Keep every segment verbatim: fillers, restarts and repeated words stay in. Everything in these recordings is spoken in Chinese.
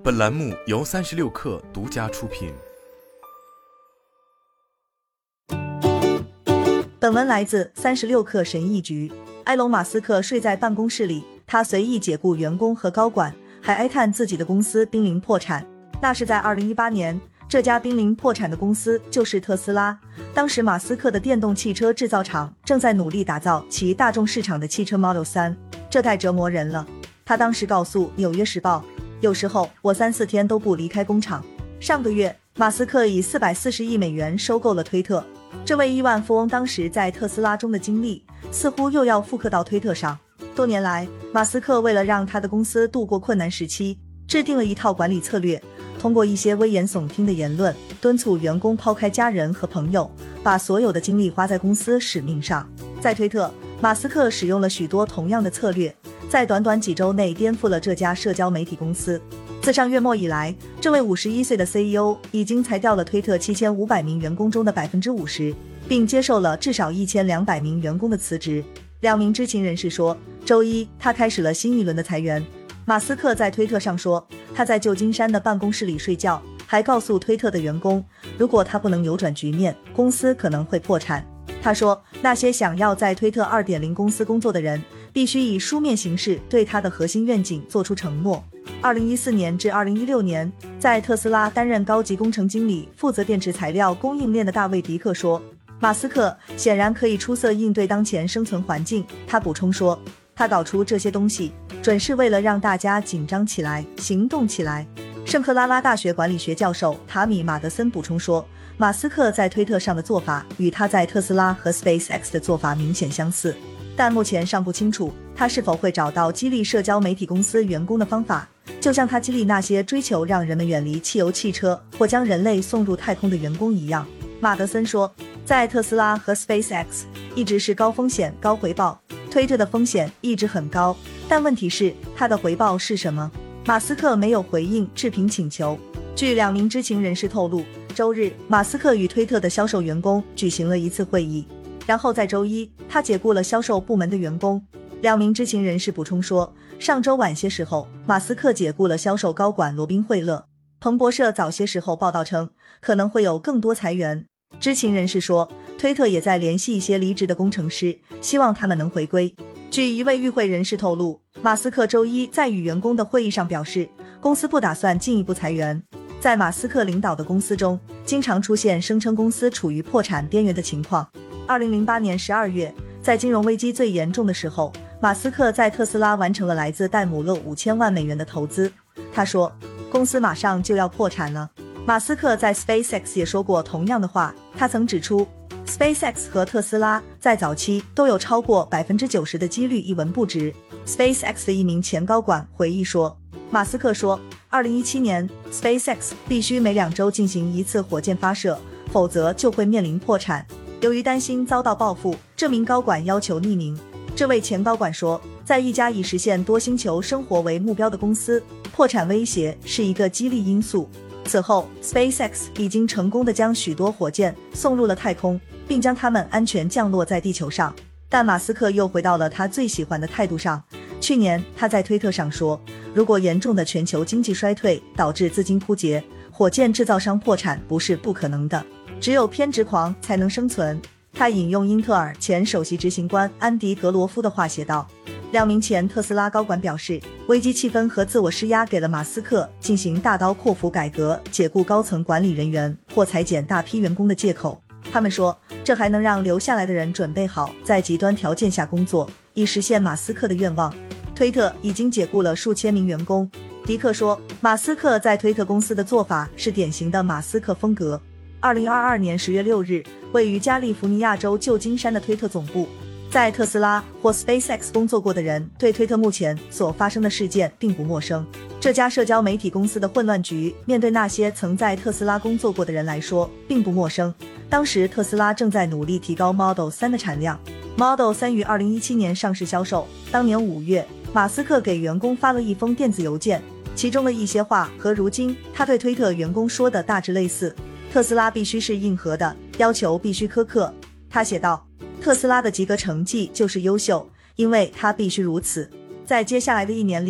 本栏目由三十六氪独家出品。 本文来自三十六氪神译局。埃隆·马斯克睡在办公室里，他随意解雇员工和高管，还哀叹自己的公司濒临破产。那是在二零一八年，这家濒临破产的公司就是特斯拉。当时马斯克的电动汽车制造厂正在努力打造其大众市场的汽车 Model 三，这太折磨人了。他当时告诉《纽约时报》，有时候我三四天都不离开工厂。上个月，马斯克以四百四十亿美元收购了推特。这位亿万富翁当时在特斯拉中的经历，似乎又要复刻到推特上。多年来，马斯克为了让他的公司度过困难时期，制定了一套管理策略，通过一些危言耸听的言论，敦促员工抛开家人和朋友，把所有的精力花在公司使命上。在推特，马斯克使用了许多同样的策略，在短短几周内颠覆了这家社交媒体公司。自上月末以来，这位五十一岁的 C E O 已经裁掉了推特七千五百名员工中的 百分之五十， 并接受了至少一千两百名员工的辞职。两名知情人士说，周一他开始了新一轮的裁员。马斯克在推特上说，他在旧金山的办公室里睡觉，还告诉推特的员工，如果他不能扭转局面，公司可能会破产。他说，那些想要在推特 二点零 公司工作的人必须以书面形式对他的核心愿景做出承诺。二零一四年至二零一六年，在特斯拉担任高级工程经理，负责电池材料供应链的大卫·迪克说，马斯克显然可以出色应对当前生存环境。他补充说，他搞出这些东西准是为了让大家紧张起来，行动起来。圣克拉拉大学管理学教授塔米·马德森补充说，马斯克在推特上的做法与他在特斯拉和 SpaceX 的做法明显相似，但目前尚不清楚他是否会找到激励社交媒体公司员工的方法，就像他激励那些追求让人们远离汽油汽车或将人类送入太空的员工一样。马德森说，在特斯拉和 SpaceX 一直是高风险高回报，推特的风险一直很高，但问题是它的回报是什么？马斯克没有回应置评请求。据两名知情人士透露，周日马斯克与推特的销售员工举行了一次会议，然后在周一他解雇了销售部门的员工。两名知情人士补充说，上周晚些时候，马斯克解雇了销售高管罗宾·惠勒。彭博社早些时候报道称，可能会有更多裁员。知情人士说，推特也在联系一些离职的工程师，希望他们能回归。据一位与会人士透露，马斯克周一在与员工的会议上表示，公司不打算进一步裁员。在马斯克领导的公司中，经常出现声称公司处于破产边缘的情况。二零零八年十二月，在金融危机最严重的时候，马斯克在特斯拉完成了来自戴姆勒五千万美元的投资。他说，公司马上就要破产了。马斯克在 SpaceX 也说过同样的话，他曾指出 SpaceX 和特斯拉在早期都有超过 百分之九十 的几率一文不值。 SpaceX 的一名前高管回忆说，马斯克说，二零一七年 SpaceX 必须每两周进行一次火箭发射，否则就会面临破产。由于担心遭到报复，这名高管要求匿名。这位前高管说，在一家以实现多星球生活为目标的公司，破产威胁是一个激励因素。此后 SpaceX 已经成功地将许多火箭送入了太空，并将它们安全降落在地球上。但马斯克又回到了他最喜欢的态度上。去年他在推特上说，如果严重的全球经济衰退导致资金枯竭，火箭制造商破产不是不可能的，只有偏执狂才能生存。他引用英特尔前首席执行官安迪·格罗夫的话写道。两名前特斯拉高管表示，危机气氛和自我施压给了马斯克进行大刀阔斧改革、解雇高层管理人员或裁减大批员工的借口。他们说，这还能让留下来的人准备好在极端条件下工作，以实现马斯克的愿望。推特已经解雇了数千名员工。迪克说，马斯克在推特公司的做法是典型的马斯克风格。二零二二年十月六日，位于加利福尼亚州旧金山的推特总部，在特斯拉或 SpaceX 工作过的人对推特目前所发生的事件并不陌生。这家社交媒体公司的混乱局面对那些曾在特斯拉工作过的人来说并不陌生。当时特斯拉正在努力提高 Model 三的产量。Model 三于二零一七年上市销售。当年五月，马斯克给员工发了一封电子邮件，其中的一些话和如今他对推特员工说的大致类似。特斯拉必须是硬核的，要求必须苛刻。他写道，特斯拉的及格成绩就是优秀，因为它必须如此。在接下来的一年里，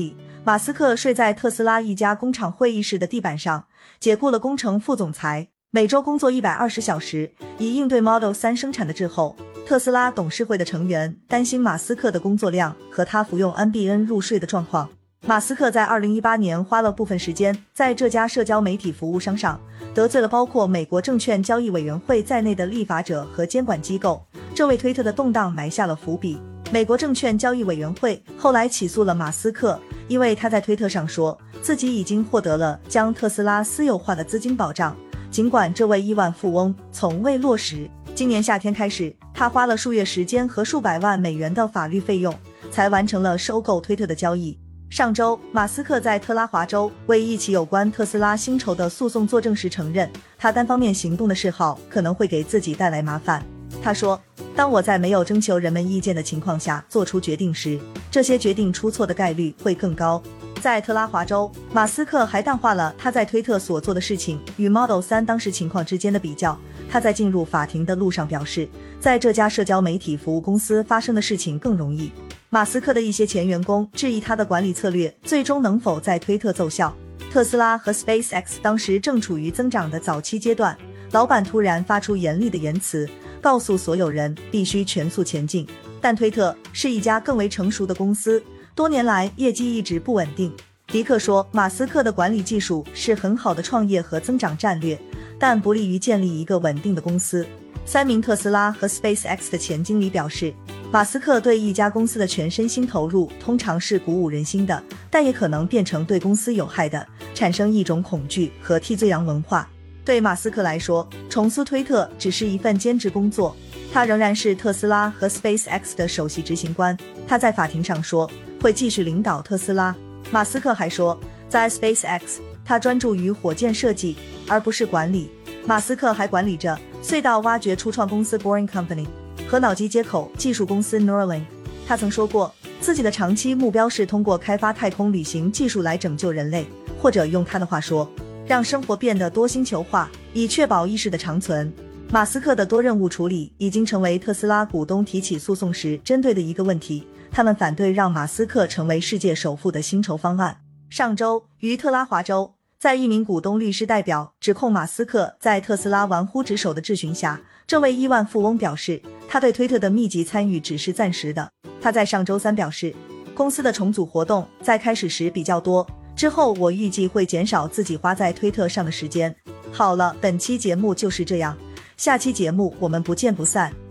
马斯克睡在特斯拉一家工厂会议室的地板上，解雇了工程副总裁，每周工作一百二十小时，以应对 Model 三生产的滞后。特斯拉董事会的成员担心马斯克的工作量和他服用 N B N 入睡的状况。马斯克在二零一八年花了部分时间在这家社交媒体服务商上，得罪了包括美国证券交易委员会在内的立法者和监管机构，这为推特的动荡埋下了伏笔。美国证券交易委员会后来起诉了马斯克，因为他在推特上说自己已经获得了将特斯拉私有化的资金保障，尽管这位亿万富翁从未落实。今年夏天开始，他花了数月时间和数百万美元的法律费用，才完成了收购推特的交易。上周，马斯克在特拉华州为一起有关特斯拉薪酬的诉讼作证时承认，他单方面行动的嗜好可能会给自己带来麻烦。他说，当我在没有征求人们意见的情况下做出决定时，这些决定出错的概率会更高。在特拉华州，马斯克还淡化了他在推特所做的事情与 Model 三当时情况之间的比较。他在进入法庭的路上表示，在这家社交媒体服务公司发生的事情更容易。马斯克的一些前员工质疑他的管理策略最终能否在推特奏效。特斯拉和 SpaceX 当时正处于增长的早期阶段，老板突然发出严厉的言辞，告诉所有人必须全速前进。但推特是一家更为成熟的公司，多年来业绩一直不稳定。迪克说，马斯克的管理技术是很好的创业和增长战略，但不利于建立一个稳定的公司。三名特斯拉和 SpaceX 的前经理表示，马斯克对一家公司的全身心投入通常是鼓舞人心的，但也可能变成对公司有害的，产生一种恐惧和替罪羊文化。对马斯克来说，重塑推特只是一份兼职工作，他仍然是特斯拉和 SpaceX 的首席执行官。他在法庭上说，会继续领导特斯拉。马斯克还说，在 SpaceX， 他专注于火箭设计，而不是管理。马斯克还管理着隧道挖掘初创公司 Boring Company 和脑机接口技术公司 Neuralink。他曾说过，自己的长期目标是通过开发太空旅行技术来拯救人类，或者用他的话说，让生活变得多星球化，以确保意识的长存。马斯克的多任务处理已经成为特斯拉股东提起诉讼时针对的一个问题，他们反对让马斯克成为世界首富的薪酬方案。上周，于特拉华州，在一名股东律师代表指控马斯克在特斯拉玩忽职守的质询下，这位亿万富翁表示，他对推特的密集参与只是暂时的。他在上周三表示，公司的重组活动在开始时比较多，之后我预计会减少自己花在推特上的时间。好了，本期节目就是这样，下期节目我们不见不散。